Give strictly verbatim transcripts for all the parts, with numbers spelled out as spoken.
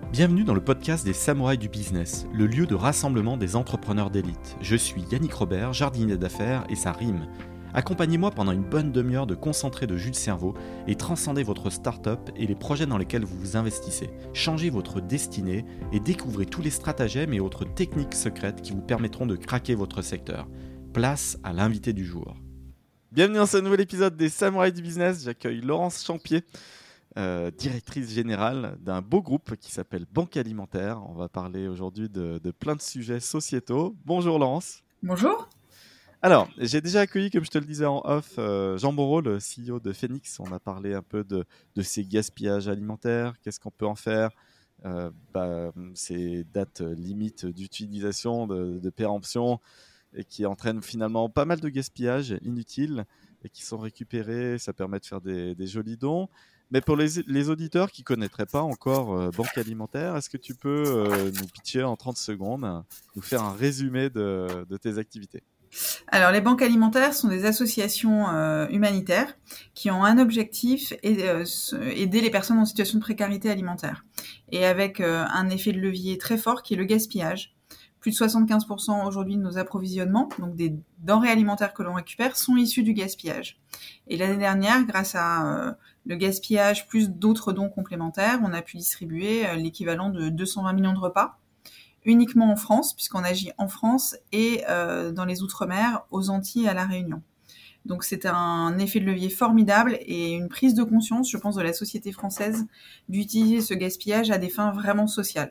Bienvenue dans le podcast des Samouraïs du Business, le lieu de rassemblement des entrepreneurs d'élite. Je suis Yannick Robert, jardinier d'affaires et ça rime. Accompagnez-moi pendant une bonne demi-heure de concentré de jus de cerveau et transcendez votre start-up et les projets dans lesquels vous vous investissez. Changez votre destinée et découvrez tous les stratagèmes et autres techniques secrètes qui vous permettront de craquer votre secteur. Place à l'invité du jour. Bienvenue dans ce nouvel épisode des Samouraïs du Business. J'accueille Laurence Champier. Euh, directrice générale d'un beau groupe qui s'appelle Banque Alimentaire. On va parler aujourd'hui de, de plein de sujets sociétaux. Bonjour Laurence. Bonjour. Alors, j'ai déjà accueilli, comme je te le disais en off, euh, Jean Moreau, le C E O de Phoenix. On a parlé un peu de, de ces gaspillages alimentaires, qu'est-ce qu'on peut en faire, euh, bah, ces dates limites d'utilisation, de, de péremption, et qui entraînent finalement pas mal de gaspillages inutiles et qui sont récupérés. Ça permet de faire des, des jolis dons. Mais pour les, les auditeurs qui ne connaîtraient pas encore euh, Banque Alimentaire, est-ce que tu peux euh, nous pitcher en trente secondes, nous faire un résumé de, de tes activités ? Alors, les banques alimentaires sont des associations euh, humanitaires qui ont un objectif, et, euh, aider les personnes en situation de précarité alimentaire. Et avec euh, un effet de levier très fort qui est le gaspillage. Plus de soixante-quinze pour cent aujourd'hui de nos approvisionnements, donc des denrées alimentaires que l'on récupère, sont issus du gaspillage. Et l'année dernière, grâce à euh, le gaspillage plus d'autres dons complémentaires, on a pu distribuer euh, l'équivalent de deux cent vingt millions de repas, uniquement en France, puisqu'on agit en France et euh, dans les Outre-mer, aux Antilles et à La Réunion. Donc c'est un effet de levier formidable et une prise de conscience, je pense, de la société française d'utiliser ce gaspillage à des fins vraiment sociales.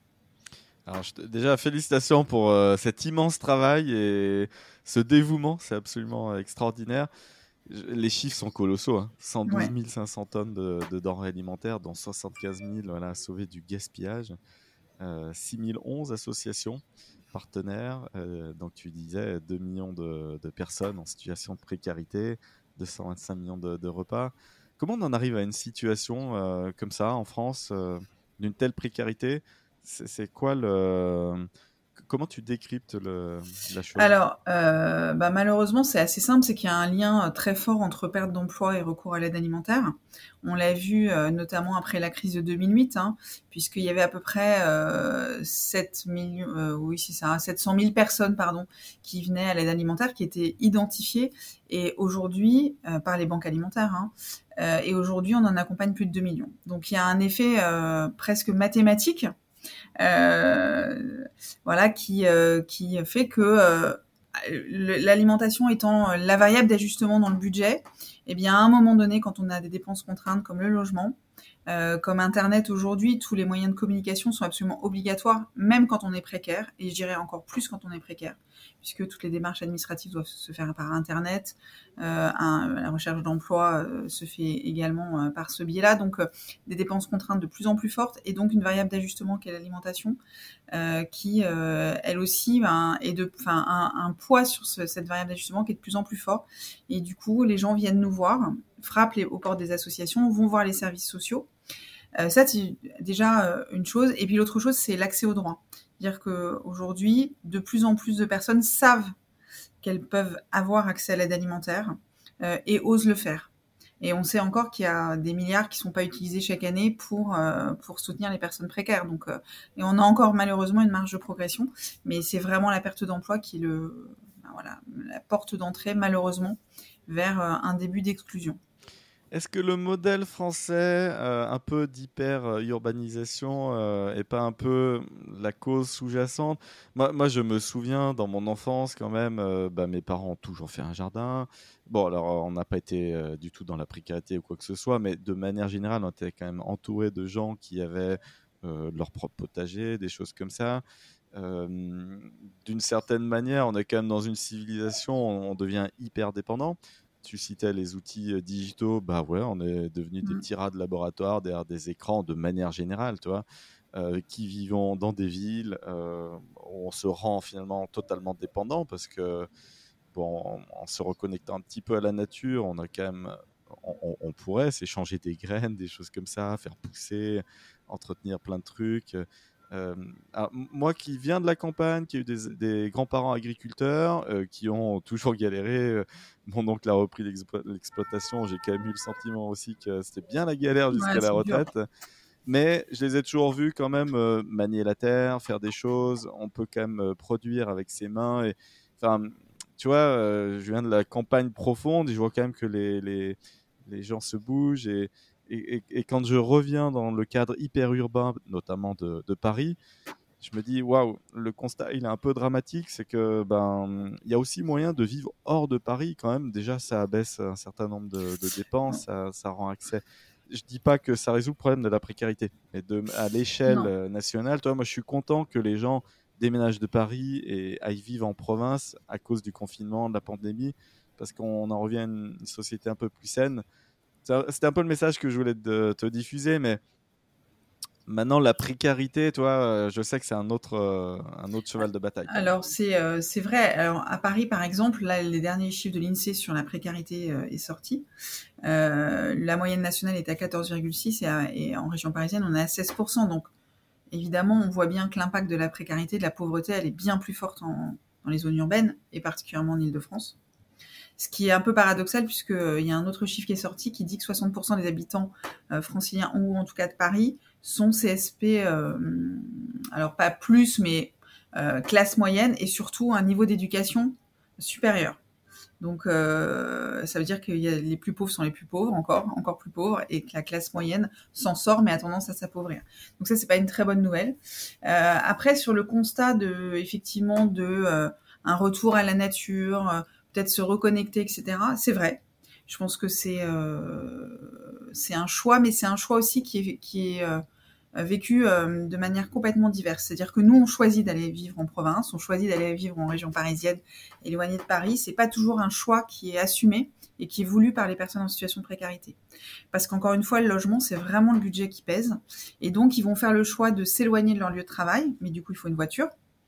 Alors, je te, déjà, félicitations pour euh, cet immense travail et ce dévouement, c'est absolument extraordinaire. Je, les chiffres sont colossaux, hein. cent douze mille cinq cents tonnes de, de denrées alimentaires, dont soixante-quinze mille voilà, sauvées du gaspillage. Euh, six mille onze associations partenaires, euh, donc tu disais deux millions de, de personnes en situation de précarité, deux cent vingt-cinq millions de, de repas. Comment on en arrive à une situation euh, comme ça en France, euh, d'une telle précarité ? C'est, c'est quoi le... Comment tu décryptes le, la chose ? Alors, euh, bah malheureusement, c'est assez simple, c'est qu'il y a un lien très fort entre perte d'emploi et recours à l'aide alimentaire. On l'a vu euh, notamment après la crise de deux mille huit, hein, puisqu'il y avait à peu près euh, sept millions, euh, oui c'est ça, sept cent mille personnes, pardon, qui venaient à l'aide alimentaire, qui étaient identifiées, et aujourd'hui euh, par les banques alimentaires. Hein, euh, et aujourd'hui, on en accompagne plus de deux millions. Donc, il y a un effet euh, presque mathématique. Euh, voilà, qui euh, qui fait que euh, l'alimentation étant la variable d'ajustement dans le budget, eh bien à un moment donné, quand on a des dépenses contraintes comme le logement, euh, comme Internet aujourd'hui, tous les moyens de communication sont absolument obligatoires, même quand on est précaire, et je dirais encore plus quand on est précaire, puisque toutes les démarches administratives doivent se faire par Internet, euh, un, la recherche d'emploi euh, se fait également euh, par ce biais-là, donc euh, des dépenses contraintes de plus en plus fortes, et donc une variable d'ajustement qu'est l'alimentation, euh, qui, euh, elle aussi, ben, est de, enfin, un, un poids sur ce, cette variable d'ajustement qui est de plus en plus fort, et du coup, les gens viennent nous voir, frappent les, aux portes des associations, vont voir les services sociaux. Euh, ça, c'est déjà euh, une chose. Et puis l'autre chose, c'est l'accès aux droits. C'est-à-dire qu'aujourd'hui, de plus en plus de personnes savent qu'elles peuvent avoir accès à l'aide alimentaire euh, et osent le faire. Et on sait encore qu'il y a des milliards qui ne sont pas utilisés chaque année pour, euh, pour soutenir les personnes précaires. Donc, euh, et on a encore malheureusement une marge de progression, mais c'est vraiment la perte d'emploi qui est le, ben voilà, la porte d'entrée, malheureusement, vers euh, un début d'exclusion. Est-ce que le modèle français, euh, un peu d'hyper-urbanisation, euh, est pas un peu la cause sous-jacente ? Moi, moi, je me souviens, dans mon enfance, quand même, euh, bah, mes parents ont toujours fait un jardin. Bon, alors, on n'a pas été euh, du tout dans la précarité ou quoi que ce soit, mais de manière générale, on était quand même entouré de gens qui avaient euh, leur propre potager, des choses comme ça. Euh, d'une certaine manière, on est quand même dans une civilisation, on, on devient hyper dépendant. Tu citais les outils euh, digitaux, bah ouais, on est devenus des petits rats de laboratoire derrière des écrans de manière générale, tu vois, euh, qui vivons dans des villes euh, où on se rend finalement totalement dépendant parce que, bon, en, en se reconnectant un petit peu à la nature, on a quand même, on, on pourrait s'échanger des graines, des choses comme ça, faire pousser, entretenir plein de trucs. Euh, alors, moi qui viens de la campagne, qui a eu des, des grands-parents agriculteurs euh, qui ont toujours galéré, euh, mon oncle a repris l'explo- l'exploitation, j'ai quand même eu le sentiment aussi que c'était bien la galère jusqu'à Ouais, la c'est dur. retraite. Mais je les ai toujours vus quand même euh, manier la terre, faire des choses. On peut quand même euh, produire avec ses mains. Et, enfin, tu vois, euh, je viens de la campagne profonde et je vois quand même que les, les, les gens se bougent. Et, et, et- et quand je reviens dans le cadre hyper urbain, notamment de, de Paris, je me dis, waouh, le constat, il est un peu dramatique. C'est que ben, il y a aussi moyen de vivre hors de Paris quand même. Déjà, ça abaisse un certain nombre de, de dépenses, ça, ça rend accès. Je dis pas que ça résout le problème de la précarité, mais de, à l'échelle Non. euh, nationale, toi, moi, je suis content que les gens déménagent de Paris et aillent vivre en province à cause du confinement, de la pandémie, parce qu'on en revient à une, une société un peu plus saine. Ça- C'était un peu le message que je voulais te, te diffuser, mais maintenant, la précarité, toi, euh, je sais que c'est un autre, euh, un autre cheval de bataille quand même. Alors c'est euh, c'est vrai. Alors à Paris par exemple, là les derniers chiffres de l'Insee sur la précarité euh, est sorti. Euh, la moyenne nationale est à quatorze virgule six et, à- et en région parisienne on est à seize pour cent. Donc évidemment on voit bien que l'impact de la précarité, de la pauvreté, elle est bien plus forte en, dans les zones urbaines et particulièrement en Île-de-France. Ce qui est un peu paradoxal puisque euh, il y a un autre chiffre qui est sorti qui dit que soixante pour cent des habitants euh, franciliens ou en tout cas de Paris sont C S P, euh, alors pas plus mais euh, classe moyenne et surtout un niveau d'éducation supérieur. Donc euh, ça veut dire que y a, les plus pauvres sont les plus pauvres encore, encore plus pauvres, et que la classe moyenne s'en sort mais a tendance à s'appauvrir. Donc ça c'est pas une très bonne nouvelle. Euh, après sur le constat de effectivement de euh, un retour à la nature, euh, peut-être se reconnecter, et cetera. C'est vrai. Je pense que c'est euh, c'est un choix, mais c'est un choix aussi qui est qui est euh, vécu euh, de manière complètement diverse. C'est-à-dire que nous, on choisit d'aller vivre en province, on choisit d'aller vivre en région parisienne, éloignée de Paris. C'est pas toujours un choix qui est assumé et qui est voulu par les personnes en situation de précarité. Parce qu'encore une fois, le logement, c'est vraiment le budget qui pèse. Et donc, ils vont faire le choix de s'éloigner de leur lieu de travail, mais du coup, il faut une voiture.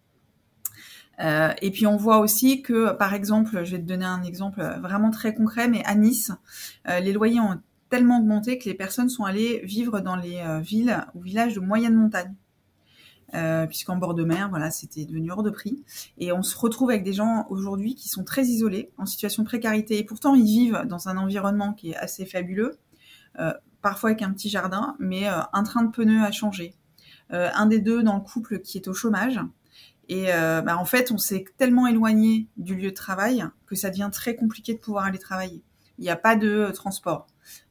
Euh, et puis on voit aussi que, par exemple, je vais te donner un exemple vraiment très concret, mais à Nice, euh, les loyers ont tellement augmenté que les personnes sont allées vivre dans les euh, villes ou villages de moyenne montagne. Euh, puisqu'en bord de mer, voilà, c'était devenu hors de prix. Et on se retrouve avec des gens aujourd'hui qui sont très isolés, en situation de précarité, et pourtant ils vivent dans un environnement qui est assez fabuleux, euh, parfois avec un petit jardin, mais euh, un train de pneus à changer. Euh, un des deux dans le couple qui est au chômage. Et euh, bah, en fait, on s'est tellement éloigné du lieu de travail que ça devient très compliqué de pouvoir aller travailler. Il n'y a pas de euh, transport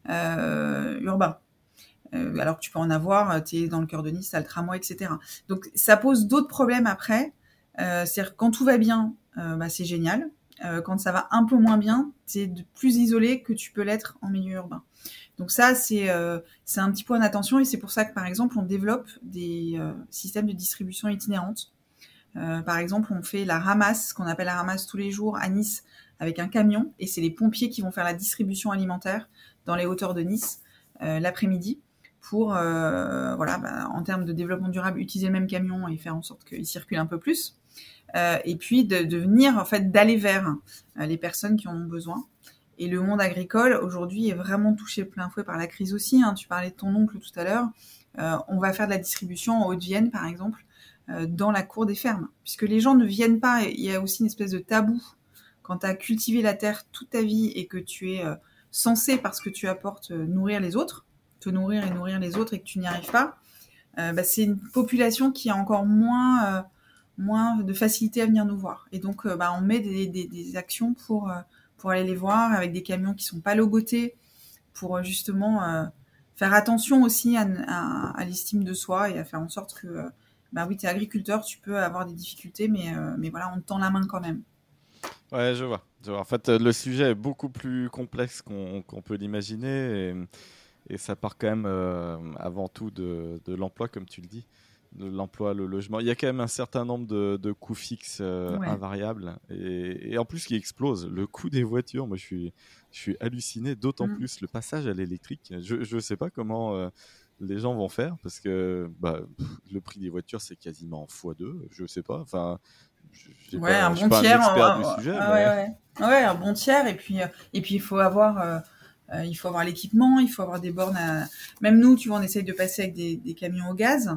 euh, urbain. Euh, alors que tu peux en avoir, tu es dans le cœur de Nice, tu as le tramway, et cetera. Donc ça pose d'autres problèmes après. Euh, c'est-à-dire que quand tout va bien, euh, bah, c'est génial. Euh, quand ça va un peu moins bien, tu es plus isolé que tu peux l'être en milieu urbain. Donc ça, c'est euh, c'est un petit point d'attention et c'est pour ça que, par exemple, on développe des euh, systèmes de distribution itinérante. Euh, par exemple, on fait la ramasse, ce qu'on appelle la ramasse tous les jours à Nice avec un camion et c'est les pompiers qui vont faire la distribution alimentaire dans les hauteurs de Nice euh, l'après-midi pour, euh, voilà, bah, en termes de développement durable, utiliser le même camion et faire en sorte qu'il circule un peu plus. Euh, et puis de, de venir, en fait, d'aller vers euh, les personnes qui en ont besoin. Et le monde agricole, aujourd'hui, est vraiment touché plein fouet par la crise aussi. Hein. Tu parlais de ton oncle tout à l'heure. Euh, on va faire de la distribution en Haute-Vienne, par exemple, euh, dans la cour des fermes. Puisque les gens ne viennent pas. Il y a aussi une espèce de tabou. Quand tu as cultivé la terre toute ta vie et que tu es euh, censé, parce que tu apportes, euh, nourrir les autres, te nourrir et nourrir les autres et que tu n'y arrives pas, euh, bah, c'est une population qui a encore moins, euh, moins de facilité à venir nous voir. Et donc, euh, bah, on met des, des, des actions pour, euh, pour aller les voir avec des camions qui sont pas logotés, pour euh, justement euh, faire attention aussi à, à, à l'estime de soi et à faire en sorte que, euh, bah oui, tu es agriculteur, tu peux avoir des difficultés, mais, euh, mais voilà, on te tend la main quand même. Ouais, je vois. Je vois. En fait, euh, le sujet est beaucoup plus complexe qu'on qu'on peut l'imaginer et, et ça part quand même euh, avant tout de, de l'emploi, comme tu le dis, de l'emploi, le logement. Il y a quand même un certain nombre de, de coûts fixes euh, Ouais. invariables et, et en plus qui explosent. Le coût des voitures, moi je suis, je suis halluciné, d'autant Mm. plus le passage à l'électrique. Je ne sais pas comment euh, les gens vont faire parce que bah, pff, le prix des voitures c'est quasiment fois deux. Je sais pas. Enfin, j'ai Ouais, un pas, je suis bon pas un tiers. expert un- du un- sujet, ah ouais, mais ouais. Ouais, un bon tiers. Et puis, euh, et puis il faut avoir, euh, euh, il faut avoir l'équipement, il faut avoir des bornes. À... Même nous, tu vois, on essaye de passer avec des, des camions au gaz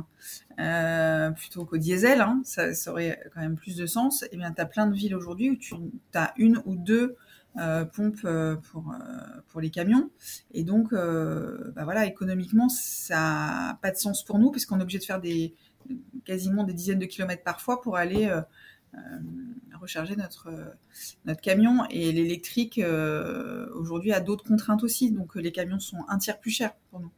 euh, plutôt qu'au diesel. Hein, ça, ça aurait quand même plus de sens. Et bien, tu as plein de villes aujourd'hui où tu as une ou deux euh, pompes euh, pour, euh, pour les camions. Et donc, euh, bah voilà, économiquement, ça n'a pas de sens pour nous, puisqu'on est obligé de faire des, quasiment des dizaines de kilomètres parfois pour aller euh, euh, recharger notre, notre camion. Et l'électrique, euh, aujourd'hui, a d'autres contraintes aussi. Donc, les camions sont un tiers plus chers pour nous.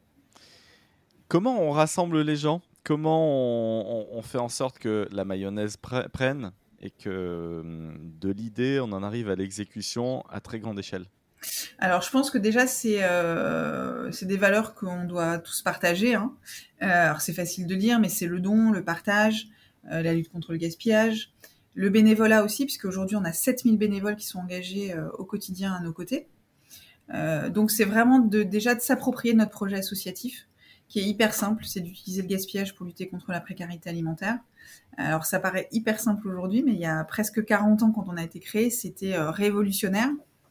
Comment on rassemble les gens? Comment on, on- on fait en sorte que la mayonnaise pre- prenne et que hum, de l'idée, on en arrive à l'exécution à très grande échelle? Alors, je pense que déjà, c'est euh, c'est des valeurs qu'on doit tous partager, hein. Euh, alors, c'est facile de dire, mais c'est le don, le partage, euh, la lutte contre le gaspillage, le bénévolat aussi, puisque aujourd'hui, on a sept mille bénévoles qui sont engagés euh, au quotidien à nos côtés. Euh, donc, c'est vraiment de, déjà de s'approprier notre projet associatif, qui est hyper simple, c'est d'utiliser le gaspillage pour lutter contre la précarité alimentaire. Alors, ça paraît hyper simple aujourd'hui, mais il y a presque quarante ans, quand on a été créé, c'était euh, révolutionnaire.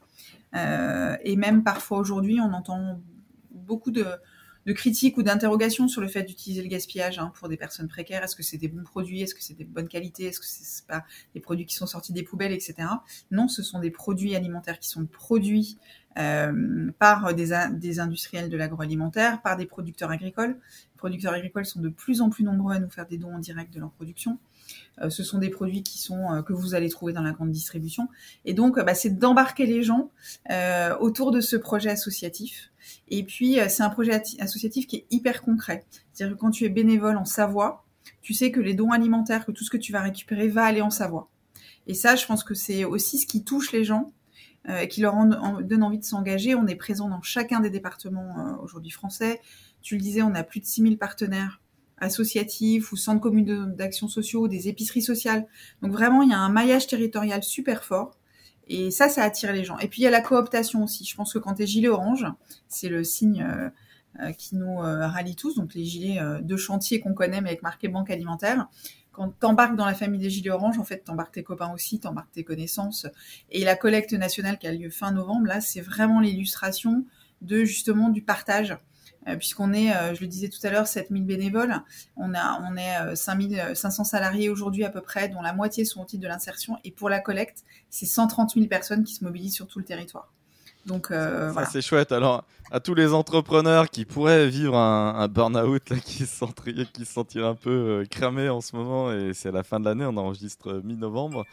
Euh, et même parfois aujourd'hui, on entend beaucoup de, de critiques ou d'interrogations sur le fait d'utiliser le gaspillage hein, pour des personnes précaires. Est-ce que c'est des bons produits? Est-ce que c'est des bonnes qualités? Est-ce que c'est pas des produits qui sont sortis des poubelles, et cetera. Non, ce sont des produits alimentaires qui sont produits euh, par des, des industriels de l'agroalimentaire, par des producteurs agricoles. Les producteurs agricoles sont de plus en plus nombreux à nous faire des dons en direct de leur production. Euh, ce sont des produits qui sont euh, que vous allez trouver dans la grande distribution. Et donc, bah, c'est d'embarquer les gens euh, autour de ce projet associatif. Et puis, euh, c'est un projet associatif qui est hyper concret. C'est-à-dire que quand tu es bénévole en Savoie, tu sais que les dons alimentaires, que tout ce que tu vas récupérer va aller en Savoie. Et ça, je pense que c'est aussi ce qui touche les gens euh, et qui leur en, en, donne envie de s'engager. On est présent dans chacun des départements euh, aujourd'hui français. Tu le disais, on a plus de six mille partenaires associatifs ou centres communaux d'action sociaux, des épiceries sociales. Donc vraiment, il y a un maillage territorial super fort. Et ça, ça attire les gens. Et puis, il y a la cooptation aussi. Je pense que quand tu es gilet orange, c'est le signe euh, euh, qui nous euh, rallie tous. Donc, les gilets euh, de chantier qu'on connaît, mais avec marqué banque alimentaire. Quand tu embarques dans la famille des gilets orange, en fait, tu embarques tes copains aussi, tu embarques tes connaissances. Et la collecte nationale qui a lieu fin novembre, là, c'est vraiment l'illustration de, justement, du partage. Euh, puisqu'on est, euh, je le disais tout à l'heure, sept mille bénévoles. On, a, on est euh, cinq mille cinq cents salariés aujourd'hui à peu près, dont la moitié sont au titre de l'insertion. Et pour la collecte, c'est cent trente mille personnes qui se mobilisent sur tout le territoire. Donc, euh, Ça, voilà. c'est chouette. Alors, à tous les entrepreneurs qui pourraient vivre un, un burn-out, là, qui, se sentiraient, qui se sentiraient un peu euh, cramés en ce moment, et c'est à la fin de l'année, on enregistre euh, mi-novembre,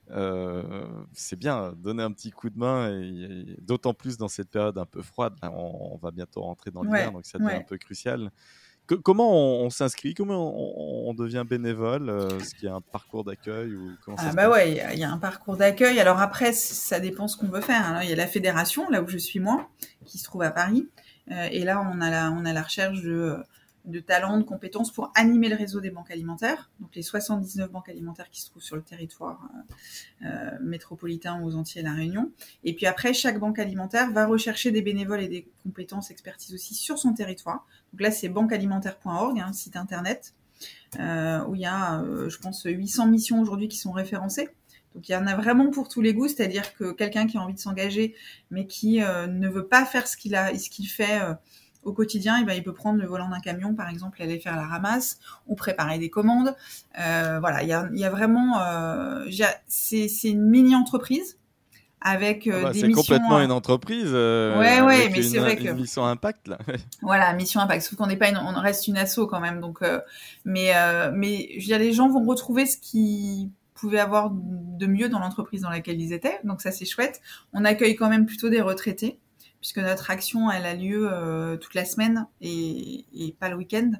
euh, c'est bien, donner un petit coup de main, et, et d'autant plus dans cette période un peu froide. Là, on, on va bientôt rentrer dans l'hiver, Ouais, donc ça devient un ouais. peu crucial. Que- comment on, on s'inscrit? Comment on, on devient bénévole? euh, Est-ce qu'il y a un parcours d'accueil ou comment ça Ah se bah passe? ouais, il y, a- y a un parcours d'accueil. Alors après, c- ça dépend ce qu'on veut faire. Alors, il y a la fédération, là où je suis moi, qui se trouve à Paris. Euh, et là, on a la, on a la recherche de, de talents, de compétences pour animer le réseau des banques alimentaires. Donc les soixante-dix-neuf banques alimentaires qui se trouvent sur le territoire euh, euh, métropolitain, aux Antilles et à La Réunion. Et puis après, chaque banque alimentaire va rechercher des bénévoles et des compétences, expertise aussi sur son territoire. Donc là, c'est banque alimentaire point org, hein, site internet. Euh, où il y a, euh, je pense, huit cents missions aujourd'hui qui sont référencées. Donc il y en a vraiment pour tous les goûts, c'est-à-dire que quelqu'un qui a envie de s'engager, mais qui euh, ne veut pas faire ce qu'il a, ce qu'il fait euh, au quotidien, et ben il peut prendre le volant d'un camion, par exemple, et aller faire la ramasse ou préparer des commandes. Euh, voilà, il y a, il y a vraiment, euh, c'est, c'est une mini entreprise avec Ah euh, bah, des c'est missions. complètement euh, une entreprise Ouais, euh, ouais, avec mais c'est une, vrai que une mission impact là. voilà, mission impact. Sauf qu'on n'est pas, une, on reste une asso quand même. Donc, euh, mais, euh, mais je veux dire, les gens vont retrouver ce qu'ils pouvaient avoir de mieux dans l'entreprise dans laquelle ils étaient. Donc ça, c'est chouette. On accueille quand même plutôt des retraités, puisque notre action, elle a lieu euh, toute la semaine et, et pas le week-end.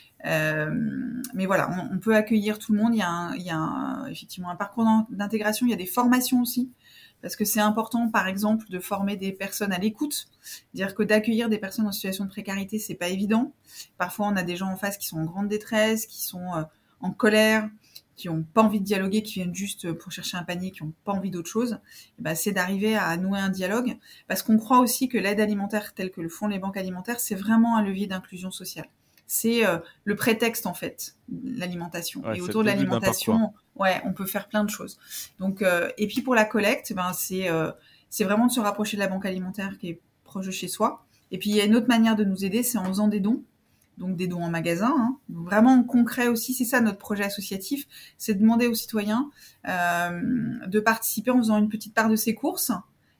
Euh, mais voilà, on, on peut accueillir tout le monde. Il y a, un, il y a un, effectivement un parcours d'intégration. Il y a des formations aussi. Parce que c'est important, par exemple, de former des personnes à l'écoute. Dire que d'accueillir des personnes en situation de précarité, c'est pas évident. Parfois, on a des gens en face qui sont en grande détresse, qui sont euh, en colère, qui ont pas envie de dialoguer, qui viennent juste pour chercher un panier, qui ont pas envie d'autre chose. Et ben, c'est d'arriver à nouer un dialogue. Parce qu'on croit aussi que l'aide alimentaire, telle que le font les banques alimentaires, c'est vraiment un levier d'inclusion sociale. C'est euh, le prétexte, en fait, l'alimentation. Ouais, Et c'est le autour de début d'un parcours. l'alimentation, ouais, on peut faire plein de choses. Donc, euh, et puis pour la collecte, ben c'est euh, c'est vraiment de se rapprocher de la banque alimentaire qui est proche de chez soi. Et puis il y a une autre manière de nous aider, c'est en faisant des dons, donc des dons en magasin. Hein. Donc, vraiment en concret aussi, c'est ça notre projet associatif, c'est de demander aux citoyens euh, de participer en faisant une petite part de ses courses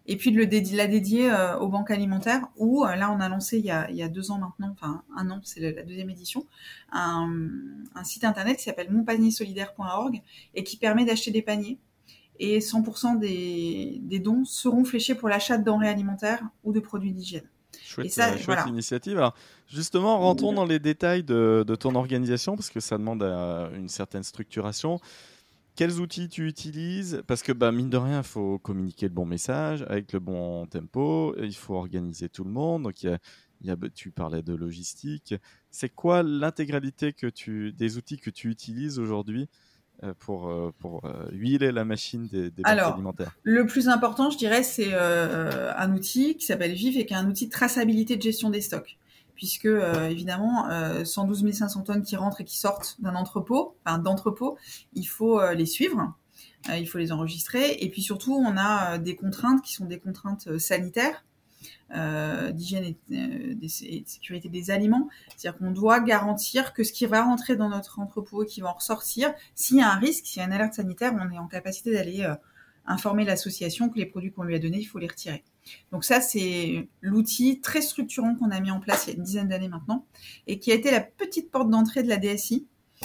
et puis de le dédi- la dédier euh, aux banques alimentaires, où euh, là on a lancé il y a, il y a deux ans maintenant, enfin un an, c'est la, la deuxième édition, un, un site internet qui s'appelle mon panier solidaire point org et qui permet d'acheter des paniers. Et cent pour cent des, des dons seront fléchés pour l'achat de denrées alimentaires ou de produits d'hygiène. Et Chouette, ça, euh, chouette voilà. initiative. Alors, justement, rentrons dans les détails de, de ton organisation, parce que ça demande euh, une certaine structuration. Quels outils tu utilises? Parce que, bah, mine de rien, il faut communiquer le bon message avec le bon tempo. Il faut organiser tout le monde. Donc, il y a, il y a- tu parlais de logistique. C'est quoi l'intégralité que tu, des outils que tu utilises aujourd'hui euh, pour, euh, pour euh, huiler la machine des, des banques Alors, alimentaires? le plus important, je dirais, c'est euh, un outil qui s'appelle Viv et qui est un outil de traçabilité de gestion des stocks. Puisque, euh, évidemment, euh, cent douze mille cinq cents tonnes qui rentrent et qui sortent d'un entrepôt, enfin d'entrepôt, il faut euh, les suivre, euh, il faut les enregistrer. Et puis surtout, on a euh, des contraintes qui sont des contraintes euh, sanitaires, euh, d'hygiène et, euh, des- et de sécurité des aliments. C'est-à-dire qu'on doit garantir que ce qui va rentrer dans notre entrepôt et qui va en ressortir, s'il y a un risque, s'il y a une alerte sanitaire, on est en capacité d'aller euh, informer l'association que les produits qu'on lui a donnés, il faut les retirer. Donc ça, c'est l'outil très structurant qu'on a mis en place il y a une dizaine d'années maintenant et qui a été la petite porte d'entrée de la D S I.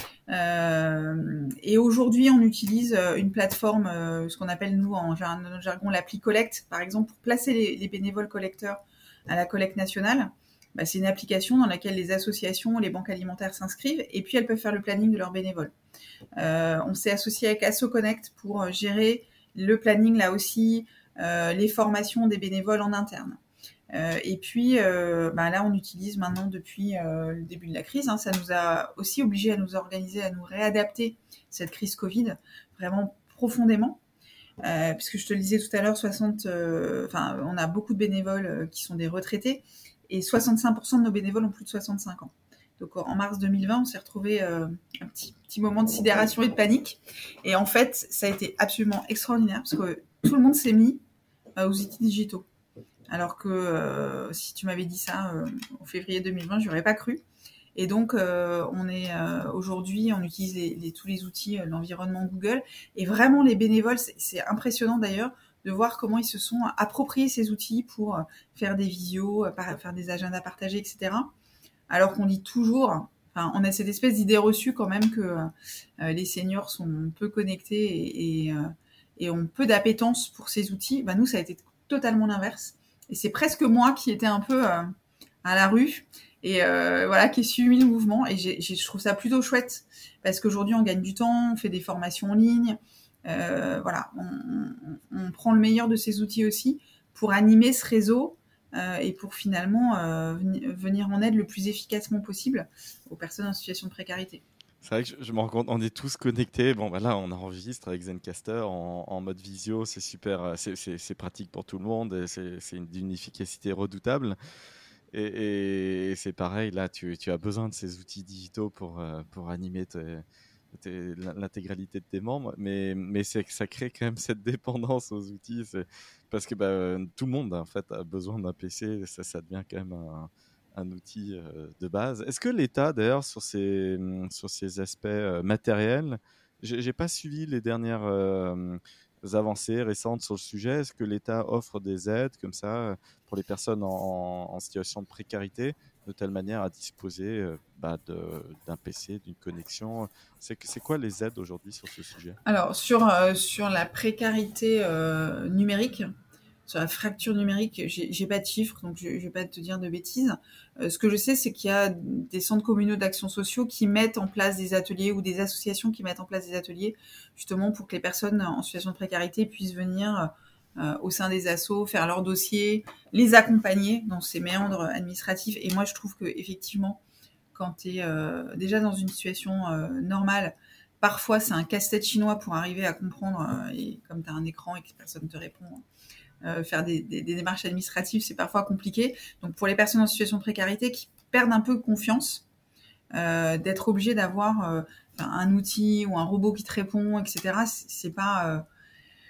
Euh, et aujourd'hui, on utilise euh, une plateforme, euh, ce qu'on appelle nous en jar- jargon l'appli Collect, par exemple, pour placer les, les bénévoles collecteurs à la collecte nationale. Bah, c'est une application dans laquelle les associations, les banques alimentaires s'inscrivent et puis elles peuvent faire le planning de leurs bénévoles. Euh, on s'est associé avec AssoConnect pour gérer le planning là aussi, euh, les formations des bénévoles en interne. Euh, et puis euh, bah là, on utilise maintenant depuis euh, le début de la crise. Hein, ça nous a aussi obligés à nous organiser, à nous réadapter cette crise Covid vraiment profondément. Euh, puisque je te le disais tout à l'heure, soixante, euh, enfin, on a beaucoup de bénévoles euh, qui sont des retraités et soixante-cinq pour cent de nos bénévoles ont plus de soixante-cinq ans. Donc en mars deux mille vingt, on s'est retrouvé euh, un petit, petit moment de sidération et de panique. Et en fait, ça a été absolument extraordinaire parce que tout le monde s'est mis euh, aux outils digitaux. Alors que euh, si tu m'avais dit ça euh, en février deux mille vingt, je n'aurais pas cru. Et donc, euh, on est euh, aujourd'hui, on utilise les, les, tous les outils, euh, l'environnement Google. Et vraiment, les bénévoles, c'est, c'est impressionnant d'ailleurs de voir comment ils se sont appropriés ces outils pour euh, faire des visios, euh, faire des agendas partagés, et cetera. Alors qu'on dit toujours, enfin, on a cette espèce d'idée reçue quand même que euh, les seniors sont peu connectés et, et, euh, et ont peu d'appétence pour ces outils. Ben, nous, ça a été totalement l'inverse. Et c'est presque moi qui étais un peu euh, à la rue et euh, voilà, qui ai suivi le mouvement. Et j'ai, j'ai, je trouve ça plutôt chouette parce qu'aujourd'hui, on gagne du temps, on fait des formations en ligne. Euh, voilà, on, on, on prend le meilleur de ces outils aussi pour animer ce réseau euh, et pour finalement euh, venir en aide le plus efficacement possible aux personnes en situation de précarité. C'est vrai que je, je me rends compte, on est tous connectés. Bon, bah là, on enregistre avec Zencaster en, en mode visio. C'est super, euh, c'est, c'est, c'est pratique pour tout le monde. Et c'est, c'est une, d'une efficacité redoutable. Et, et- et c'est pareil, là, tu, tu as besoin de ces outils digitaux pour, euh, pour animer tes- tes- l'intégralité de tes membres. Mais, mais c'est que ça crée quand même cette dépendance aux outils. C'est, parce que bah, tout le monde, en fait, a besoin d'un P C. Ça, ça devient quand même un un outil euh, de base. Est-ce que l'État, d'ailleurs, sur ces, hum, sur ces aspects euh, matériels, j'ai j'ai pas suivi les dernières euh, avancées récentes sur le sujet. Est-ce que l'État offre des aides comme ça euh, pour les personnes en, en situation de précarité, de telle manière à disposer euh, bah, de- d'un P C, d'une connexion? C'est que- c'est quoi les aides aujourd'hui sur ce sujet? Alors, sur, euh, sur la précarité euh, numérique, sur la fracture numérique, j'ai, j'ai pas de chiffres, donc je, je vais pas te dire de bêtises. Euh, ce que je sais, c'est qu'il y a des centres communaux d'action sociaux qui mettent en place des ateliers ou des associations qui mettent en place des ateliers justement pour que les personnes en situation de précarité puissent venir euh, au sein des assos, faire leur dossier, les accompagner dans ces méandres administratifs. Et moi, je trouve que effectivement, quand tu es euh, déjà dans une situation euh, normale, parfois c'est un casse-tête chinois pour arriver à comprendre, euh, et comme tu as un écran et que personne ne te répond, euh, faire des, des, des démarches administratives, c'est parfois compliqué. Donc pour les personnes en situation de précarité qui perdent un peu confiance, euh, d'être obligé d'avoir euh, un outil ou un robot qui te répond, et cetera, c'est, c'est pas... Euh,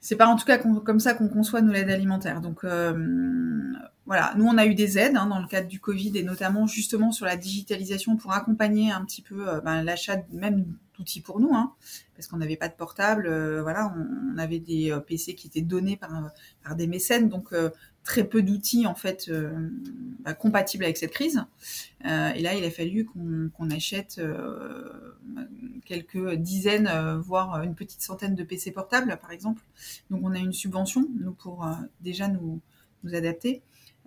C'est pas en tout cas comme ça qu'on conçoit nous l'aide alimentaire. Donc euh, voilà, nous on a eu des aides hein, dans le cadre du Covid et notamment justement sur la digitalisation pour accompagner un petit peu euh, ben, l'achat même d'outils pour nous, hein, parce qu'on n'avait pas de portable. Euh, voilà, on, on avait des euh, P C qui étaient donnés par par des mécènes, donc euh, très peu d'outils en fait euh, bah, compatibles avec cette crise. Euh, et là, il a fallu qu'on, qu'on achète euh, quelques dizaines, euh, voire une petite centaine de P C portables, par exemple. Donc, on a une subvention, nous, pour euh, déjà nous, nous adapter.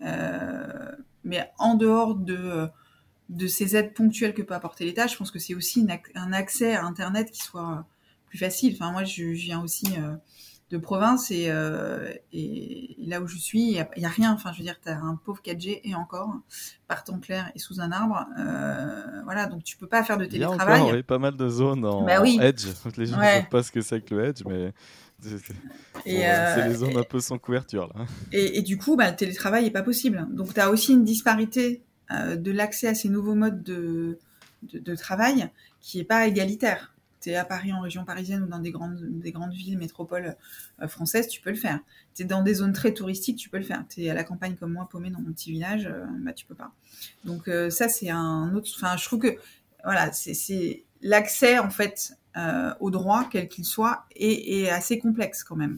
Euh, mais en dehors de, de ces aides ponctuelles que peut apporter l'État, je pense que c'est aussi une, un accès à Internet qui soit plus facile. Enfin, moi, je, je viens aussi... Euh, de province et, euh, et là où je suis, il n'y a, a rien. Enfin, je veux dire, tu as un pauvre quatre G et encore, par temps clair et sous un arbre. Euh, voilà, donc tu peux pas faire de Il y a télétravail. encore oui, pas mal de zones en bah oui. Edge. Les gens ne ouais. savent pas ce que c'est que le Edge, mais c'est, et bon, euh, c'est les zones et, un peu sans couverture. Là. Et, et du coup, bah, le télétravail n'est pas possible. Donc, tu as aussi une disparité euh, de l'accès à ces nouveaux modes de, de, de travail qui n'est pas égalitaire. Tu es à Paris, en région parisienne ou dans des grandes, des grandes villes, métropoles euh, françaises, tu peux le faire. Tu es dans des zones très touristiques, tu peux le faire. Tu es à la campagne comme moi, paumé dans mon petit village, euh, bah, tu peux pas. Donc, euh, ça, c'est un autre... Enfin, je trouve que voilà, c'est, c'est l'accès, en fait, euh, au droit, quel qu'il soit, est, est assez complexe quand même.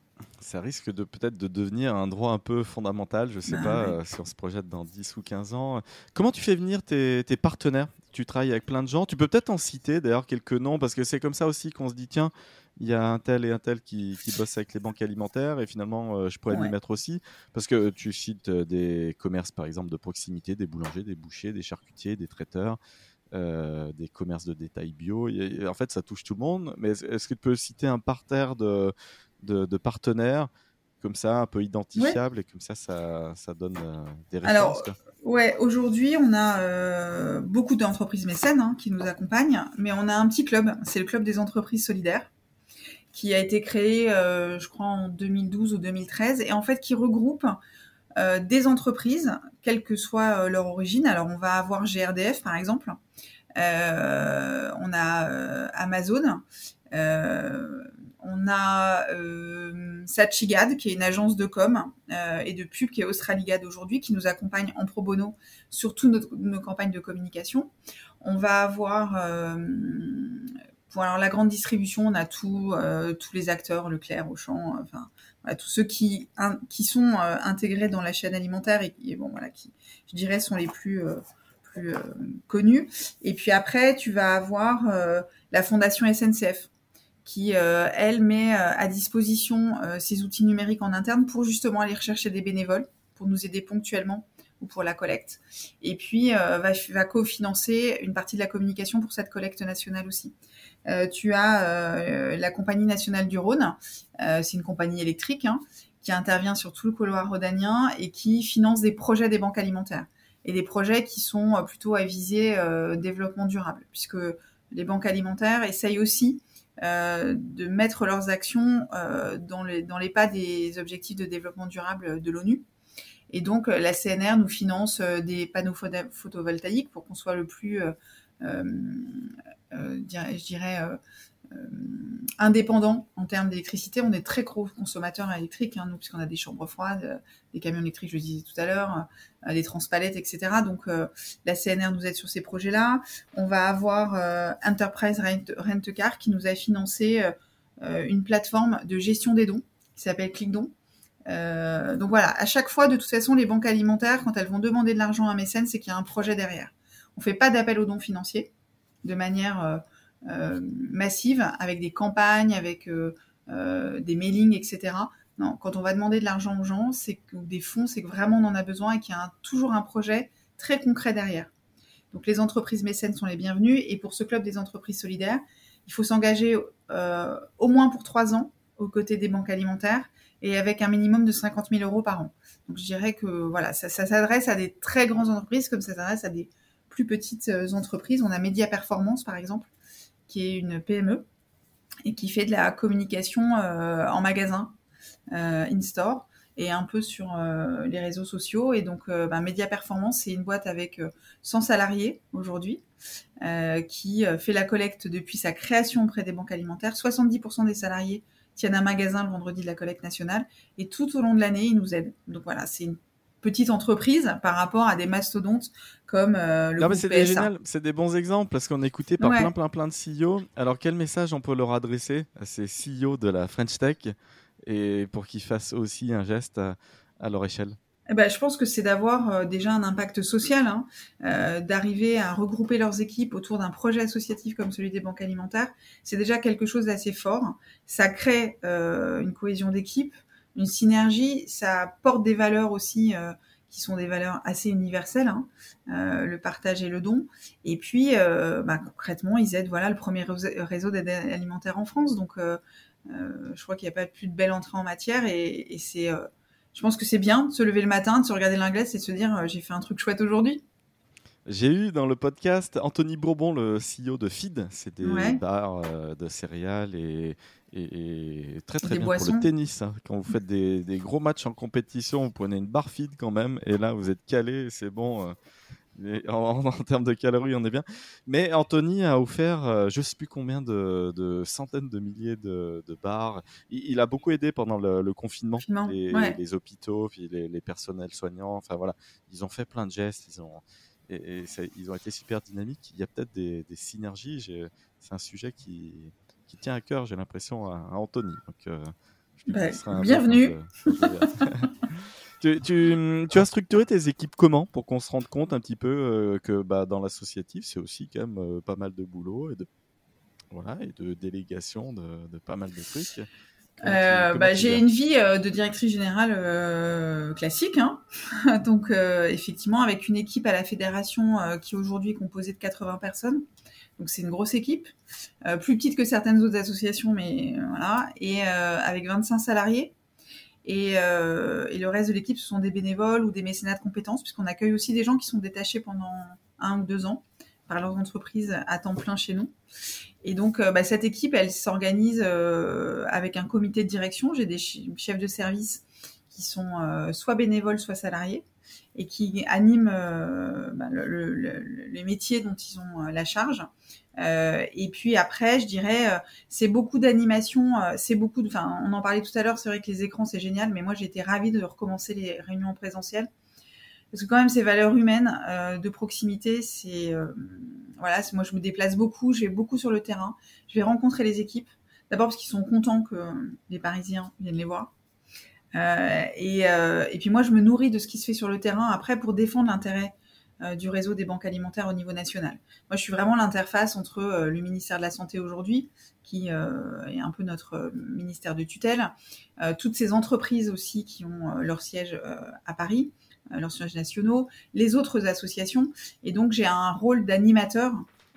Ça risque de peut-être de devenir un droit un peu fondamental, je ne sais Bah, pas, ouais. euh, si on se projette dans dix ou quinze ans. Comment tu fais venir tes, tes partenaires? Tu travailles avec plein de gens. Tu peux peut-être en citer d'ailleurs quelques noms, parce que c'est comme ça aussi qu'on se dit, tiens, il y a un tel et un tel qui, qui bossent avec les banques alimentaires, et finalement, euh, je pourrais m'y Ouais. mettre aussi. Parce que tu cites euh, des commerces, par exemple, de proximité, des boulangers, des bouchers, des charcutiers, des traiteurs. Euh, des commerces de détail bio. Et, et en fait, ça touche tout le monde. Mais est-ce, est-ce que tu peux citer un parterre de, de, de partenaires comme ça, un peu Ouais. identifiables, et comme ça, ça, ça donne euh, des références, Alors, quoi. ouais, aujourd'hui, on a euh, beaucoup d'entreprises mécènes hein, qui nous accompagnent, mais on a un petit club, c'est le club des entreprises solidaires, qui a été créé, euh, je crois, en deux mille douze ou deux mille treize, et en fait, qui regroupe euh, des entreprises, quelle que soit euh, leur origine. Alors, on va avoir G R D F, par exemple, euh, on a euh, Amazon, euh, on a euh, Satchigad, qui est une agence de com euh, et de pub, qui est Australigad aujourd'hui, qui nous accompagne en pro bono sur toutes nos, nos campagnes de communication. On va avoir, euh, pour alors, la grande distribution, on a tout, euh, tous les acteurs, Leclerc, Auchan, euh, enfin voilà, tous ceux qui, un, qui sont euh, intégrés dans la chaîne alimentaire et qui, bon, voilà, qui, je dirais, sont les plus... Euh, plus euh, connus. Et puis après, tu vas avoir euh, la Fondation S N C F qui, euh, elle, met euh, à disposition euh, ses outils numériques en interne pour justement aller rechercher des bénévoles, pour nous aider ponctuellement ou pour la collecte. Et puis, euh, va, va cofinancer une partie de la communication pour cette collecte nationale aussi. Euh, tu as euh, la Compagnie nationale du Rhône, euh, c'est une compagnie électrique hein, qui intervient sur tout le couloir rhodanien et qui finance des projets des banques alimentaires et des projets qui sont plutôt à viser euh, développement durable, puisque les banques alimentaires essayent aussi euh, de mettre leurs actions euh, dans, les, dans les pas des objectifs de développement durable de l'ONU. Et donc, la C N R nous finance euh, des panneaux photovoltaïques pour qu'on soit le plus, euh, euh, euh, je dirais, euh, euh, indépendant en termes d'électricité. On est très gros consommateurs électriques, hein, nous, puisqu'on a des chambres froides, euh, des camions électriques, je le disais tout à l'heure, euh, des transpalettes, et cetera. Donc, euh, la C N R nous aide sur ces projets-là. On va avoir euh, Enterprise Rent, Rent Car qui nous a financé euh, une plateforme de gestion des dons qui s'appelle ClickDon. Euh, donc voilà, à chaque fois, de toute façon, les banques alimentaires, quand elles vont demander de l'argent à un mécène, c'est qu'il y a un projet derrière. On ne fait pas d'appel aux dons financiers de manière euh, euh, massive, avec des campagnes, avec euh, euh, des mailings, et cetera. Non, quand on va demander de l'argent aux gens, c'est que, ou des fonds, c'est que vraiment on en a besoin et qu'il y a un, toujours un projet très concret derrière. Donc les entreprises mécènes sont les bienvenues, et pour ce club des entreprises solidaires, il faut s'engager euh, au moins pour trois ans aux côtés des banques alimentaires et avec un minimum de cinquante mille euros par an. Donc je dirais que voilà, ça, ça s'adresse à des très grandes entreprises comme ça s'adresse à des plus petites entreprises. On a Média Performance par exemple, qui est une P M E et qui fait de la communication euh, en magasin, euh, in-store, et un peu sur euh, les réseaux sociaux. Et donc, euh, bah, Média Performance, c'est une boîte avec euh, cent salariés aujourd'hui, euh, qui euh, fait la collecte depuis sa création auprès des banques alimentaires. soixante-dix pour cent des salariés tiennent un magasin le vendredi de la collecte nationale, et tout au long de l'année, ils nous aident. Donc voilà, c'est une petite entreprise par rapport à des mastodontes comme euh, le Non, mais groupe c'est P des S A. génial, c'est des bons exemples parce qu'on est écouté par Ouais. plein, plein, plein de C E O. Alors, quel message on peut leur adresser à ces C E O de la French Tech et pour qu'ils fassent aussi un geste à, à leur échelle? Eh ben, je pense que c'est d'avoir euh, déjà un impact social, hein, euh, d'arriver à regrouper leurs équipes autour d'un projet associatif comme celui des banques alimentaires. C'est déjà quelque chose d'assez fort. Ça crée euh, une cohésion d'équipe, une synergie. Ça porte des valeurs aussi euh, qui sont des valeurs assez universelles, hein, euh, le partage et le don. Et puis, euh, bah, concrètement, ils aident voilà, le premier réseau d'aide alimentaire en France. Donc, euh, euh, je crois qu'il n'y a pas plus de belle entrée en matière et, et c'est... Euh, je pense que c'est bien de se lever le matin, de se regarder dans la glace et de se dire euh, j'ai fait un truc chouette aujourd'hui. J'ai eu dans le podcast Anthony Bourbon, le C E O de Feed. C'est des Ouais. bars euh, de céréales et, et, et très Et très des bien pour le boissons. tennis, hein. Quand vous faites des, des gros matchs en compétition, vous prenez une barre Feed quand même. Et là, vous êtes calé, c'est bon. euh, et en, en termes de calories, on est bien. Mais Anthony a offert, euh, je ne sais plus combien de, de centaines de milliers de, de bars. Il, il a beaucoup aidé pendant le, le confinement, Finalement. les, Ouais. les hôpitaux, puis les, les personnels soignants. Enfin voilà, ils ont fait plein de gestes. Ils ont, et, et ça- ils ont été super dynamiques. Il y a peut-être des, des synergies. J'ai- C'est un sujet qui, qui tient à cœur, j'ai l'impression, à, à Anthony. Donc, euh, je lui Bah, glisserai un mot quand je, bienvenue. quand je le verrai. Tu, tu- tu as structuré tes équipes comment pour qu'on se rende compte un petit peu euh, que bah, dans l'associatif, c'est aussi quand même euh, pas mal de boulot et de, voilà, et de délégation de, de pas mal de trucs. Comment tu, Euh, comment bah, tu j'ai gères? une vie euh, de directrice générale euh, classique, hein. Donc euh, effectivement avec une équipe à la fédération euh, qui aujourd'hui est composée de quatre-vingts personnes. Donc c'est une grosse équipe, euh, plus petite que certaines autres associations, mais euh, voilà, et euh, avec vingt-cinq salariés. Et, euh, et le reste de l'équipe, ce sont des bénévoles ou des mécénats de compétences, puisqu'on accueille aussi des gens qui sont détachés pendant un ou deux ans par leurs entreprises à temps plein chez nous. Et donc, euh, bah, cette équipe, elle s'organise euh, avec un comité de direction. J'ai des chefs de service qui sont euh, soit bénévoles, soit salariés, et qui animent euh, bah, le, le, le, les métiers dont ils ont euh, la charge. Euh, et puis après, je dirais, euh, c'est beaucoup d'animation, euh, c'est beaucoup de, enfin, on en parlait tout à l'heure, c'est vrai que les écrans c'est génial, mais moi j'ai été ravie de recommencer les réunions en présentiel parce que quand même ces valeurs humaines euh, de proximité, c'est euh, voilà, c'est, moi je me déplace beaucoup, je vais beaucoup sur le terrain, je vais rencontrer les équipes. D'abord parce qu'ils sont contents que les Parisiens viennent les voir. Euh, et, euh, et puis moi, je me nourris de ce qui se fait sur le terrain après pour défendre l'intérêt euh, du réseau des banques alimentaires au niveau national. Moi, je suis vraiment l'interface entre euh, le ministère de la Santé aujourd'hui, qui euh, est un peu notre euh, ministère de tutelle, euh, toutes ces entreprises aussi qui ont euh, leur siège euh, à Paris, euh, leurs sièges nationaux, les autres associations. Et donc, j'ai un rôle d'animateur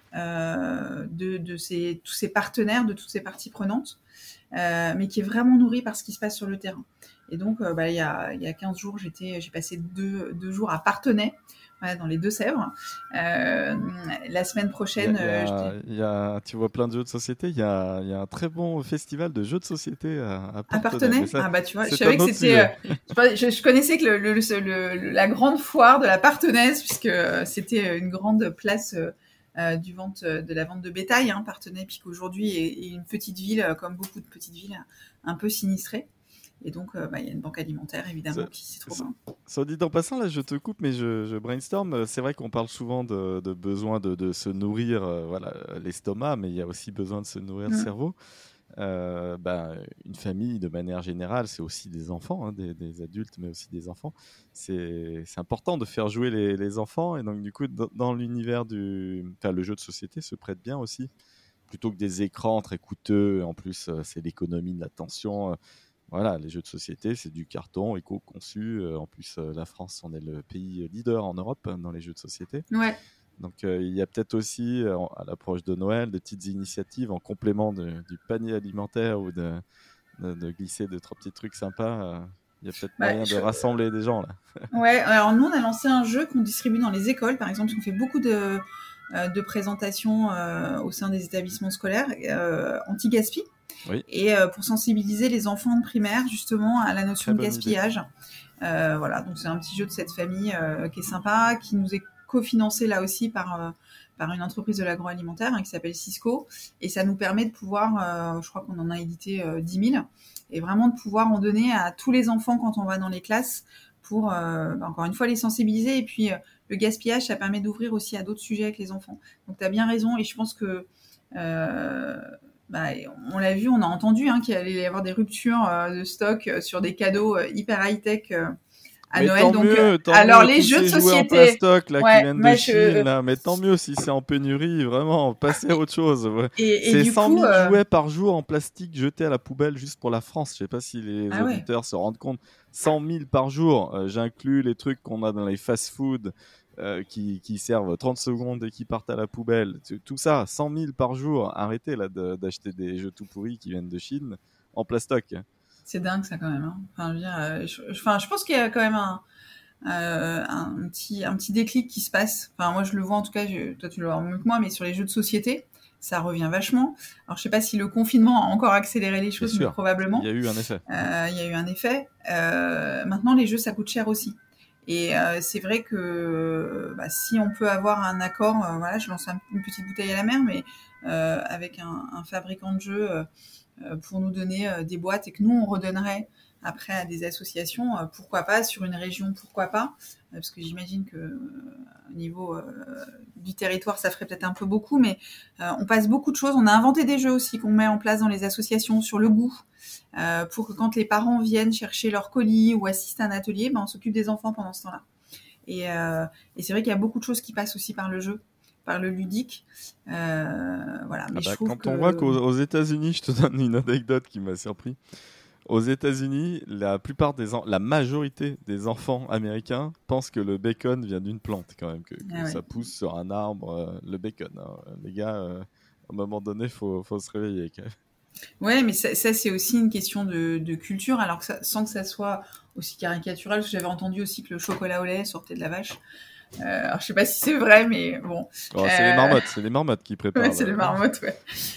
euh, de, de ces, tous ces partenaires, de toutes ces parties prenantes, euh, mais qui est vraiment nourri par ce qui se passe sur le terrain. Et donc, euh, bah, il, y a, il y a quinze jours, j'étais, j'ai passé deux, deux jours à Parthenay, voilà, dans les Deux-Sèvres. Euh, la semaine Il y a, prochaine, il y euh, je, a- il y a- tu vois plein de jeux de société. Il y a, il y a un très bon festival de jeux de société à, à à Parthenay, mais Parthenay. ça, Ah bah tu vois, je c'est savais un que autre c'était... euh, sujet. je, je connaissais que le, le, le, le, la grande foire de la Parthenaise, puisque euh, c'était une grande place... Euh, euh, du vente, de la vente de bétail, hein, Parthenay, puisqu'aujourd'hui est, est une petite ville, euh, comme beaucoup de petites villes, un peu sinistrée. Et donc, euh, bah, il y a une banque alimentaire, évidemment, Ça- qui s'y trouve. ça- Hein. Soit dit en passant, là, je te coupe, mais je, je brainstorm. Euh, C'est vrai qu'on parle souvent de, de besoin de, de se nourrir, euh, voilà, euh, l'estomac, mais il y a aussi besoin de se nourrir le Mm. cerveau. Euh, ben, une famille, de manière générale, c'est aussi des enfants, hein, des, des adultes, mais aussi des enfants. C'est c'est important de faire jouer les, les enfants, et donc du coup, dans, dans l'univers du, enfin, le jeu de société se prête bien aussi, plutôt que des écrans très coûteux. En plus, euh, c'est l'économie de l'attention. euh, Voilà, les jeux de société, c'est du carton éco-conçu. Euh, en plus, euh, la France, on est le pays leader en Europe hein, dans les jeux de société. Ouais. Donc, euh, il y a peut-être aussi, euh, à l'approche de Noël, des petites initiatives en complément de- du panier alimentaire ou de, de, de glisser deux, trois petits trucs sympas. euh, Il y a peut-être Bah, moyen de je, rassembler des gens là. Ouais, alors nous on a lancé un jeu qu'on distribue dans les écoles, par exemple, parce qu'on fait beaucoup de, euh, de présentations euh, au sein des établissements scolaires euh, anti-gaspi, Oui, et euh, pour sensibiliser les enfants de primaire justement à la notion très de bonne idée. gaspillage. Euh, voilà, donc c'est un petit jeu de cette famille euh, qui est sympa, qui nous est cofinancé là aussi par euh, par une entreprise de l'agroalimentaire hein, qui s'appelle Cisco, et ça nous permet de pouvoir, euh, je crois qu'on en a édité euh, dix mille, et vraiment de pouvoir en donner à tous les enfants quand on va dans les classes pour, euh, bah, encore une fois, les sensibiliser. Et puis, euh, le gaspillage, ça permet d'ouvrir aussi à d'autres sujets avec les enfants. Donc, tu as bien raison, et je pense que, euh, bah, on l'a vu, on a entendu hein, qu'il allait y avoir des ruptures euh, de stock euh, sur des cadeaux euh, hyper high-tech euh, à Mais Noël. tant Donc, mieux, tant alors mieux, les tous jeux de ces jouets en société, plastoc là qui ouais, viennent de moi Chine je, là, mais tant mieux si c'est en pénurie, vraiment, passez à autre chose. Ouais. et, et C'est du cent coup, mille euh, jouets par jour en plastique jetés à la poubelle juste pour la France. Je sais pas si les ah ouais, auditeurs se rendent compte. cent mille par jour, euh, j'inclus les trucs qu'on a dans les fast-food euh, qui, qui servent trente secondes et qui partent à la poubelle. Tout tout ça, cent mille par jour. Arrêtez là de- d'acheter des jeux tout pourris qui viennent de Chine en plastoc. c'est dingue ça quand même. Hein. Enfin, je, veux dire, euh, je, je- enfin, je pense qu'il y a quand même un, euh, un petit un petit déclic qui se passe. Enfin, moi je le vois en tout cas. Je, toi tu le vois mieux que moi, mais sur les jeux de société, ça revient vachement. Alors je sais pas si le confinement a encore accéléré les C'est choses, mais sûr, il y probablement. a eu un effet. Euh, Il y a eu un effet. Euh, maintenant, les jeux, ça coûte cher aussi. Et euh, c'est vrai que bah, si on peut avoir un accord, euh, voilà, je lance un, une petite bouteille à la mer, mais euh, avec un, un fabricant de jeux euh, euh, pour nous donner euh, des boîtes et que nous, on redonnerait après à des associations, euh, pourquoi pas, sur une région, pourquoi pas, euh, parce que j'imagine que euh, au niveau euh, du territoire, ça ferait peut-être un peu beaucoup, mais euh, on passe beaucoup de choses. On a inventé des jeux aussi qu'on met en place dans les associations sur le goût, euh, pour que quand les parents viennent chercher leur colis ou assistent à un atelier, ben, on s'occupe des enfants pendant ce temps-là. Et, euh, et c'est vrai qu'il y a beaucoup de choses qui passent aussi par le jeu, par le ludique. Euh, voilà, Ah mais je bah, trouve quand on voit que... qu'aux aux États-Unis, je te donne une anecdote qui m'a surpris. Aux États-Unis, la plupart des en- la majorité des enfants américains pensent que le bacon vient d'une plante quand même, que, que Ah ouais. ça pousse sur un arbre, euh, le bacon. Hein. Les gars, euh, à un moment donné, faut faut se réveiller. Quand même. Ouais, mais ça, ça, c'est aussi une question de, de culture, alors que ça, sans que ça soit aussi caricatural, parce que j'avais entendu aussi que le chocolat au lait sortait de la vache. Euh, alors je sais pas si c'est vrai, mais bon. Oh, c'est les Euh... marmottes, c'est les marmottes qui Ouais, préparent. c'est les Le... marmottes, ouais.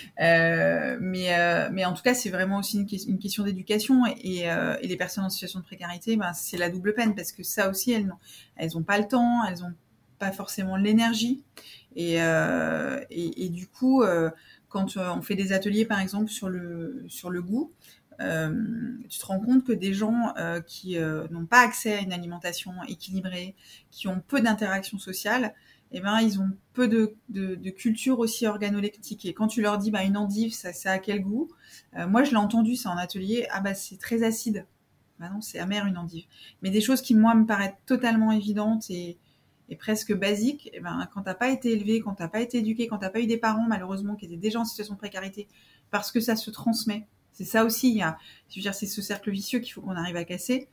Euh, mais, euh, mais en tout cas, c'est vraiment aussi une, une question d'éducation, et, euh, et les personnes en situation de précarité, ben, c'est la double peine, parce que ça aussi, elles n'ont elles ont pas le temps, elles ont pas forcément l'énergie, et, euh, et, et du coup, euh, quand euh, on fait des ateliers, par exemple, sur le, sur le goût, euh, tu te rends compte que des gens euh, qui euh, n'ont pas accès à une alimentation équilibrée, qui ont peu d'interactions sociales, eh ben, ils ont peu de, de, de culture aussi organoleptique. Et quand tu leur dis, bah, une endive, ça, ça a quel goût? Euh, moi, je l'ai entendu, ça, en atelier. Ah, bah, c'est très acide. Bah non, c'est amer, une endive. Mais des choses qui, moi, me paraissent totalement évidentes et, et presque basiques, eh ben, quand t'as pas été élevé, quand t'as pas été éduqué, quand t'as pas eu des parents, malheureusement, qui étaient déjà en situation de précarité, parce que ça se transmet. C'est ça aussi, il y a, je veux dire, c'est ce cercle vicieux qu'il faut qu'on arrive à casser.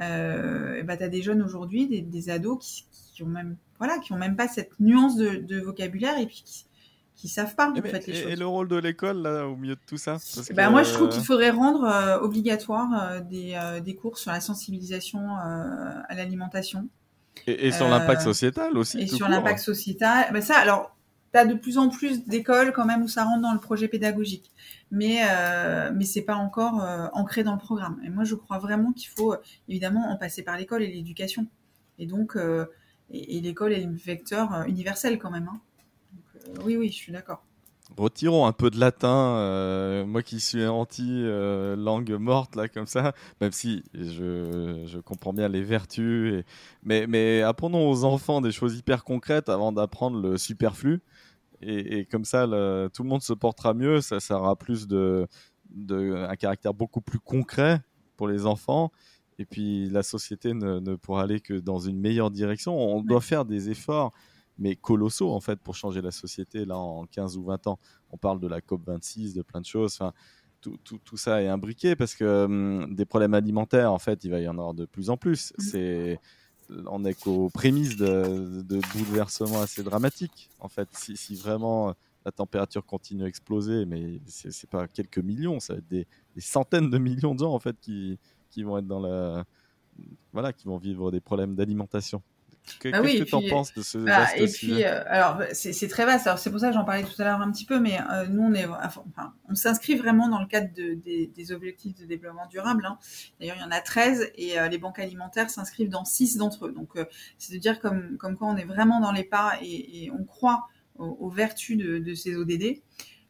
Euh, et bah, t'as des jeunes aujourd'hui, des, des ados qui, qui ont même, voilà, qui ont même pas cette nuance de, de vocabulaire et puis qui, qui savent pas Et, en mais- fait les et- et choses. le rôle de l'école là au milieu de tout ça, parce Et que ben moi je trouve qu'il faudrait rendre euh, obligatoire euh, des, euh, des cours sur la sensibilisation euh, à l'alimentation et, et sur l'impact euh, sociétal aussi, et tout sur court. l'impact sociétal. Ben ça, alors, tu as de plus en plus d'écoles quand même où ça rentre dans le projet pédagogique, mais euh, mais c'est pas encore euh, ancré dans le programme. Et moi, je crois vraiment qu'il faut euh, évidemment en passer par l'école et l'éducation. Et donc, euh, et, et l'école est le vecteur euh, universel quand même. Hein. Donc, euh, oui, oui, je suis d'accord. Retirons un peu de latin, euh, moi qui suis anti euh, langue morte là comme ça, même si je, je comprends bien les vertus, et... mais, mais apprenons aux enfants des choses hyper concrètes avant d'apprendre le superflu, et, et comme ça le- tout le monde se portera mieux, ça, ça aura plus de, de, un caractère beaucoup plus concret pour les enfants, et puis la société ne, ne pourra aller que dans une meilleure direction. On doit Ouais. faire des efforts mais colossaux en fait pour changer la société là en quinze ou vingt ans. On parle de la COP vingt-six, de plein de choses. Enfin, tout, tout, tout ça est imbriqué parce que hum, des problèmes alimentaires, en fait, il va y en avoir de plus en plus. Mm. C'est, on est qu'aux prémices de, de bouleversements assez dramatiques. En fait, si, si vraiment la température continue à exploser, mais c'est, c'est pas quelques millions, ça va être des, des centaines de millions de gens en fait qui, qui vont être dans la, voilà, qui vont vivre des problèmes d'alimentation Que- Bah Qu'est-ce oui, que et tu en puis, penses de ce bah, vaste et sujet? puis euh, alors bah, c'est, c'est très vaste. Alors c'est pour ça que j'en parlais tout à l'heure un petit peu, mais euh, nous on est, enfin, on s'inscrit vraiment dans le cadre de, des, des objectifs de développement durable. Hein. D'ailleurs, il y en a treize et euh, les banques alimentaires s'inscrivent dans six d'entre eux. Donc, euh, c'est de dire comme, comme quoi on est vraiment dans les pas et, et on croit aux, aux vertus de, de ces O D D.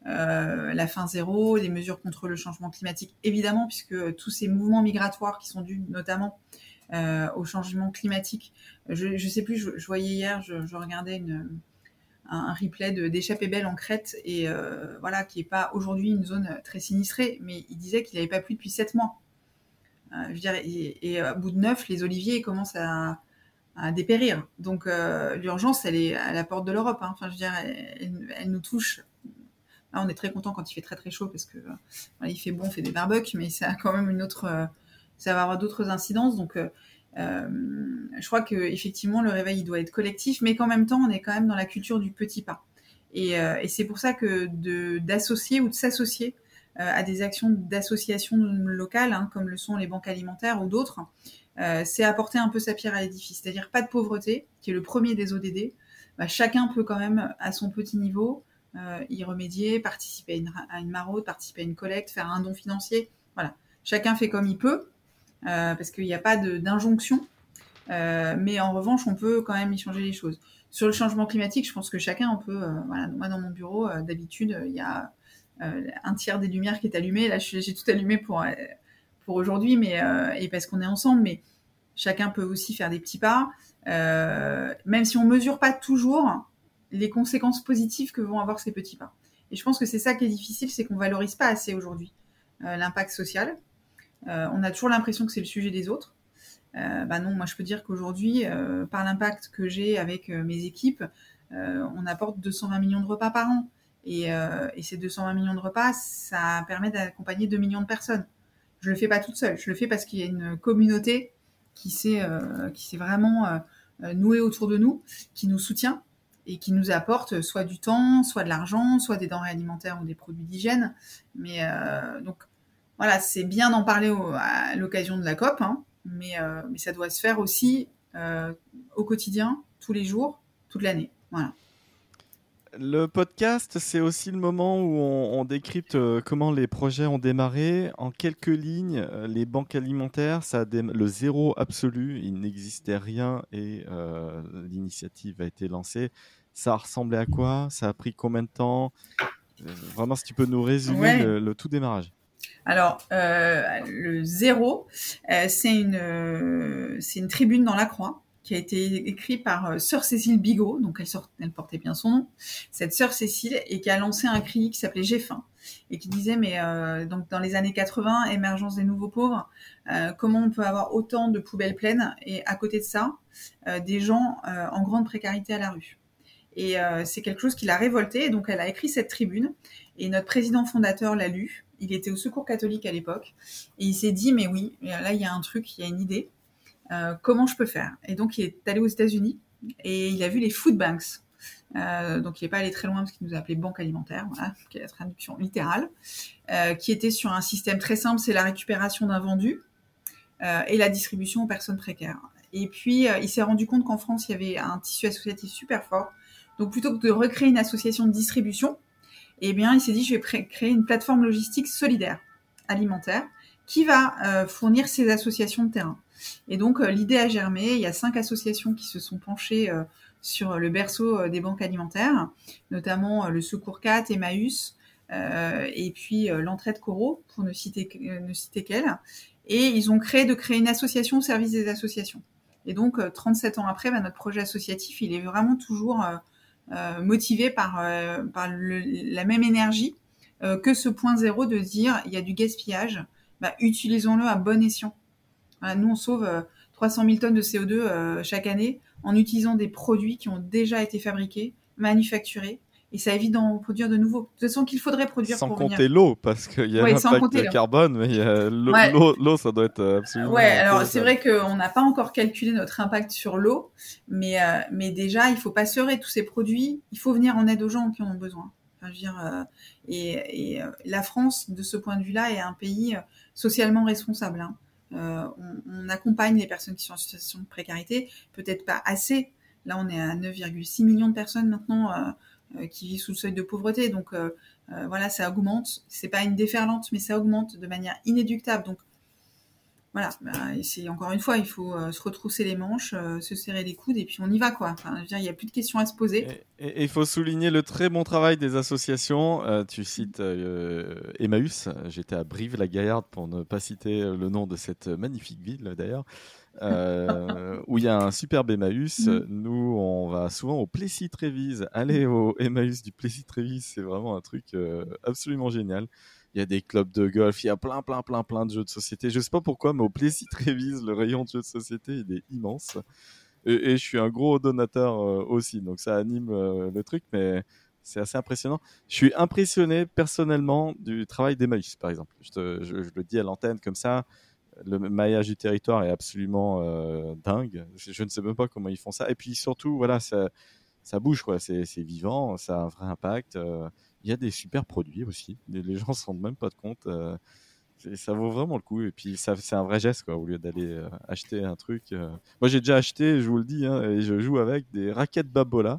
Euh, la fin zéro, les mesures contre le changement climatique, évidemment, puisque tous ces mouvements migratoires qui sont dus notamment euh, au changement climatique. Je, je sais plus, je, je voyais hier, je, je regardais une, un, un replay de, d'Échappée Belle en Crète, et euh, voilà, qui est pas aujourd'hui une zone très sinistrée, mais il disait qu'il n'avait pas plu depuis sept mois. Euh, je veux dire, et, et à bout de neuf, les oliviers commencent à, à dépérir. Donc euh, l'urgence, elle est à la porte de l'Europe. Hein. Enfin, je veux dire, elle, elle, elle nous touche. Là, on est très content quand il fait très très chaud parce que voilà, il fait bon, on fait des barbecues, mais ça a quand même une autre, euh, ça va avoir d'autres incidences. Donc, euh, euh, je crois que effectivement le réveil il doit être collectif, mais qu'en même temps, on est quand même dans la culture du petit pas. Et, euh, et c'est pour ça que de, d'associer ou de s'associer euh, à des actions d'associations locales, hein, comme le sont les banques alimentaires ou d'autres, euh, c'est apporter un peu sa pierre à l'édifice. C'est-à-dire pas de pauvreté, qui est le premier des O D D. Bah, chacun peut quand même, à son petit niveau, euh, y remédier, participer à une, à une maraude, participer à une collecte, faire un don financier. Voilà. Chacun fait comme il peut, euh, parce qu'il n'y a pas de, d'injonction. Euh, mais en revanche, on peut quand même y changer les choses. Sur le changement climatique, je pense que chacun, on peut. Euh, voilà, moi, dans mon bureau, euh, d'habitude, il y a euh, un tiers des lumières qui est allumé. Là, je, j'ai tout allumé pour, euh, pour aujourd'hui, mais, euh, et parce qu'on est ensemble. Mais chacun peut aussi faire des petits pas. Euh, même si on ne mesure pas toujours les conséquences positives que vont avoir ces petits pas. Et je pense que c'est ça qui est difficile, c'est qu'on ne valorise pas assez aujourd'hui euh, l'impact social. Euh, on a toujours l'impression que c'est le sujet des autres. Euh, bah non, moi je peux dire qu'aujourd'hui, euh, par l'impact que j'ai avec euh, mes équipes, euh, on apporte deux cent vingt millions de repas par an. Et, euh, et ces deux cent vingt millions de repas, ça permet d'accompagner deux millions de personnes. Je le fais pas toute seule, je le fais parce qu'il y a une communauté qui s'est, euh, qui s'est vraiment euh, nouée autour de nous, qui nous soutient et qui nous apporte soit du temps, soit de l'argent, soit des denrées alimentaires ou des produits d'hygiène. Mais euh, donc voilà, c'est bien d'en parler au, à l'occasion de la COP, hein, mais, euh, mais ça doit se faire aussi euh, au quotidien, tous les jours, toute l'année. Voilà. Le podcast, c'est aussi le moment où on, on décrypte euh, comment les projets ont démarré. En quelques lignes, euh, les banques alimentaires, ça a dém- le zéro absolu, il n'existait rien et euh, l'initiative a été lancée. Ça a ressemblé à quoi? Ça a pris combien de temps? Euh, Vraiment, si tu peux nous résumer Ouais. le, le tout démarrage. Alors, euh, le zéro, euh, c'est une, euh, c'est une tribune dans la Croix qui a été écrite par euh, sœur Cécile Bigot, donc elle, sort, elle portait bien son nom, cette sœur Cécile, et qui a lancé un cri qui s'appelait J'ai faim, et qui disait, mais euh, donc dans les années quatre-vingts, émergence des nouveaux pauvres, euh, comment on peut avoir autant de poubelles pleines, et à côté de ça, euh, des gens euh, en grande précarité à la rue. Et euh, c'est quelque chose qui l'a révoltée, donc elle a écrit cette tribune, et notre président fondateur l'a lu. Il était au Secours catholique à l'époque, et il s'est dit, mais oui, là il y a un truc, il y a une idée, euh, comment je peux faire? Et donc il est allé aux États-Unis, et il a vu les food banks. Euh, donc il n'est pas allé très loin parce qu'il nous a appelé banque alimentaire, voilà, qui est la traduction littérale, euh, qui était sur un système très simple, c'est la récupération d'un vendu euh, et la distribution aux personnes précaires. Et puis euh, il s'est rendu compte qu'en France il y avait un tissu associatif super fort. Donc plutôt que de recréer une association de distribution, eh bien, il s'est dit, je vais créer une plateforme logistique solidaire alimentaire qui va euh, fournir ces associations de terrain. Et donc, euh, l'idée a germé. Il y a cinq associations qui se sont penchées euh, sur le berceau euh, des banques alimentaires, notamment euh, le Secours quatre, Emmaüs, euh, et puis euh, l'Entraide Corot, pour ne citer, euh, ne citer qu'elle. Et ils ont créé de créer une association au service des associations. Et donc, euh, trente-sept ans après, bah, notre projet associatif, il est vraiment toujours euh, euh, motivé par, euh, par le, la même énergie euh, que ce point zéro de dire il y a du gaspillage, bah, utilisons-le à bon escient. Voilà, nous, on sauve euh, trois cent mille tonnes de C O deux euh, chaque année en utilisant des produits qui ont déjà été fabriqués, manufacturés, et ça évite d'en produire de nouveaux. De toute façon, qu'il faudrait produire Sans pour venir. compter l'eau, parce qu'il y a Oui, sans compter l'impact là. carbone, mais il y a l'eau, Ouais, l'eau, l'eau, ça doit être ouais, absolument alors c'est colossal. vrai qu'on n'a pas encore calculé notre impact sur l'eau, mais, euh, mais déjà, il faut pas se leurrer, tous ces produits, il faut venir en aide aux gens qui en ont besoin. Enfin, je veux dire, euh, et, et euh, la France, de ce point de vue-là, est un pays euh, socialement responsable. Hein. Euh, on, on accompagne les personnes qui sont en situation de précarité, peut-être pas assez. Là, on est à neuf virgule six millions de personnes maintenant euh, euh, qui vivent sous le seuil de pauvreté. Donc euh, euh, voilà, ça augmente. C'est pas une déferlante, mais ça augmente de manière inéluctable. Donc voilà, bah, et c'est encore une fois, il faut euh, se retrousser les manches, euh, se serrer les coudes et puis on y va quoi. Enfin, je veux dire, il n'y a plus de questions à se poser. Et il faut souligner le très bon travail des associations. Euh, tu cites euh, Emmaüs. J'étais à Brive-la-Gaillarde pour ne pas citer le nom de cette magnifique ville d'ailleurs. Euh, où il y a un superbe Emmaüs. Mmh. Nous, on va souvent au Plessis-Trévise. Aller au Emmaüs du Plessis-Trévise, c'est vraiment un truc euh, absolument génial. Il y a des clubs de golf, il y a plein, plein, plein, plein de jeux de société. Je sais pas pourquoi, mais au Plessis-Trévise, le rayon de jeux de société, il est immense. Et, et je suis un gros donateur euh, aussi, donc ça anime euh, le truc, mais c'est assez impressionnant. Je suis impressionné personnellement du travail d'Emmaüs, par exemple. Je, te, je, je le dis à l'antenne comme ça. Le maillage du territoire est absolument euh, dingue. Je, je ne sais même pas comment ils font ça. Et puis surtout, voilà, ça, ça bouge, quoi. C'est, c'est vivant, ça a un vrai impact. Euh, il y a des super produits aussi. Les, les gens ne se rendent même pas de compte. Euh, c'est- ça vaut vraiment le coup. Et puis, ça, c'est un vrai geste, quoi, au lieu d'aller euh, acheter un truc. euh. Moi, j'ai déjà acheté, je vous le dis, hein, et je joue avec des raquettes Babola,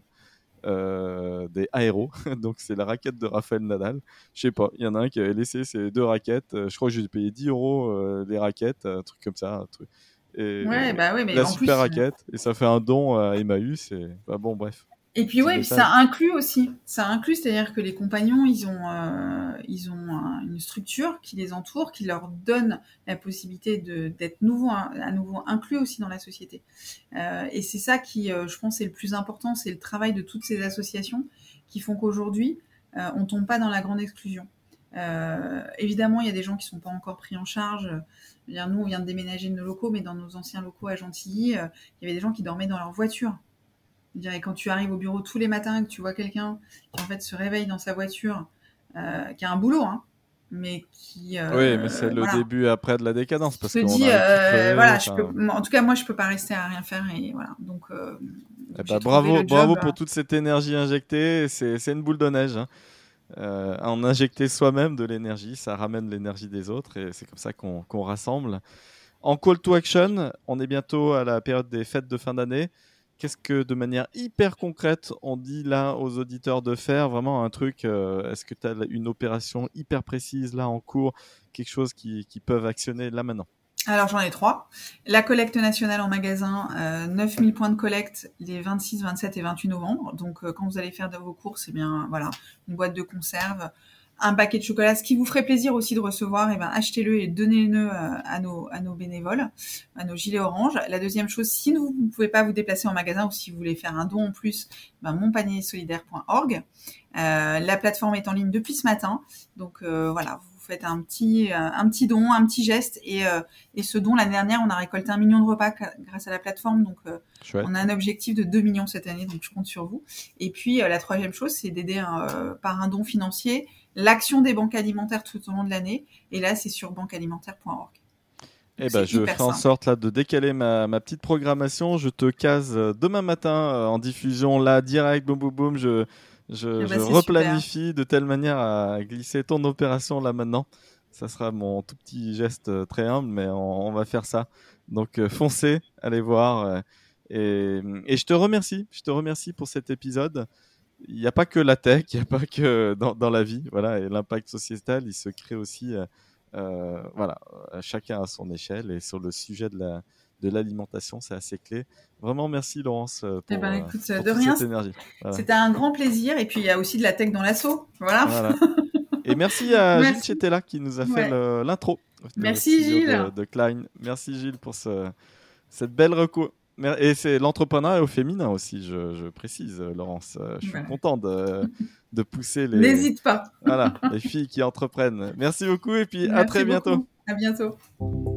euh, des aéros. Donc, c'est la raquette de Rafael Nadal. Je sais pas, il y en a un qui avait laissé ses deux raquettes. Euh, je crois que j'ai payé dix euros euh, les raquettes, un truc comme ça. Un truc. Ouais, Et bah ouais, mais la en super plus. raquette. Et ça fait un don à Emmaüs. Et bah, bon, bref, Et puis petit ouais, puis ça détail. inclut aussi, ça inclut, c'est-à-dire que les compagnons, ils ont, euh, ils ont un- une structure qui les entoure, qui leur donne la possibilité de d'être nouveau, hein, à nouveau inclus aussi dans la société. Euh, et c'est ça qui, euh, je pense, est le plus important, c'est le travail de toutes ces associations qui font qu'aujourd'hui, euh, on tombe pas dans la grande exclusion. Euh, évidemment, il y a des gens qui sont pas encore pris en charge. Je veux dire, nous, on vient de déménager de nos locaux, mais dans nos anciens locaux à Gentilly, euh, il y avait des gens qui dormaient dans leur voiture. Je dirais, quand tu arrives au bureau tous les matins et que tu vois quelqu'un qui en fait se réveille dans sa voiture, euh, qui a un boulot, hein, mais qui, Oui, mais c'est euh, le voilà, début après de la décadence qui parce se qu'on dit, arrive tout euh, crevé. voilà, je peux, Enfin, en tout cas moi je peux pas rester à rien faire et voilà. Donc, euh, eh donc ben, j'ai trouvé bravo, le bravo job. pour toute cette énergie injectée. C'est, c'est une boule de neige, hein. Euh, en injecter soi-même de l'énergie, ça ramène l'énergie des autres et c'est comme ça qu'on, qu'on rassemble. En call to action, on est bientôt à la période des fêtes de fin d'année. Qu'est-ce que, de manière hyper concrète, on dit là aux auditeurs de faire? Vraiment un truc, euh, est-ce que tu as une opération hyper précise là en cours, quelque chose qui, qui peuvent actionner là maintenant? Alors j'en ai trois. La collecte nationale en magasin, euh, neuf mille points de collecte les vingt-six, vingt-sept et vingt-huit novembre. Donc euh, quand vous allez faire de vos courses, eh bien voilà, une boîte de conserve, un paquet de chocolat. Ce qui vous ferait plaisir aussi de recevoir, eh ben achetez-le et donnez-le euh, à nos à nos bénévoles, à nos gilets orange. La deuxième chose, si vous ne pouvez pas vous déplacer en magasin ou si vous voulez faire un don en plus, ben monpanier solidaire point org. Euh, la plateforme est en ligne depuis ce matin, donc euh, voilà, vous faites un petit euh, un petit don, un petit geste et euh, et ce don, l'année dernière, on a récolté un million de repas grâce à la plateforme. Donc, euh, on a un objectif de deux millions cette année. Donc, je compte sur vous. Et puis, euh, la troisième chose, c'est d'aider euh, par un don financier l'action des banques alimentaires tout au long de l'année. Et là, c'est sur banque alimentaire point org. Eh ben, C'est je hyper ferai en simple. sorte là de décaler ma, ma petite programmation. Je te case euh, demain matin euh, en diffusion là, direct, boum boum boum. Je, je, Et je bah, c'est super. replanifie de telle manière à glisser ton opération là maintenant. Ça sera mon tout petit geste euh, très humble, mais on, on va faire ça. Donc euh, foncez, allez voir. euh, et, et je te remercie. Je te remercie pour cet épisode. Il n'y a pas que la tech, il n'y a pas que dans, dans la vie. Voilà, et l'impact sociétal, il se crée aussi. Euh, euh, voilà, euh, chacun à son échelle. Et sur le sujet de la de l'alimentation, c'est assez clé. Vraiment, merci Laurence euh, Eh pour, ben, euh, écoute, pour de toute rien. cette énergie. Voilà. C'était un grand plaisir. Et puis, il y a aussi de la tech dans l'assaut. Voilà. Voilà. Et merci à Gilles Merci. Chetela qui nous a fait Ouais. le- l'intro de Merci, C E O Gilles. de, de Klein. Merci Gilles pour ce, cette belle reco. Mer- Et c'est l'entrepreneuriat au féminin aussi, je, je précise, euh, Laurence. Euh, Je suis Voilà. content de, de pousser les, N'hésite pas. voilà, les filles qui entreprennent. Merci beaucoup et puis à Merci très bientôt. beaucoup. À bientôt.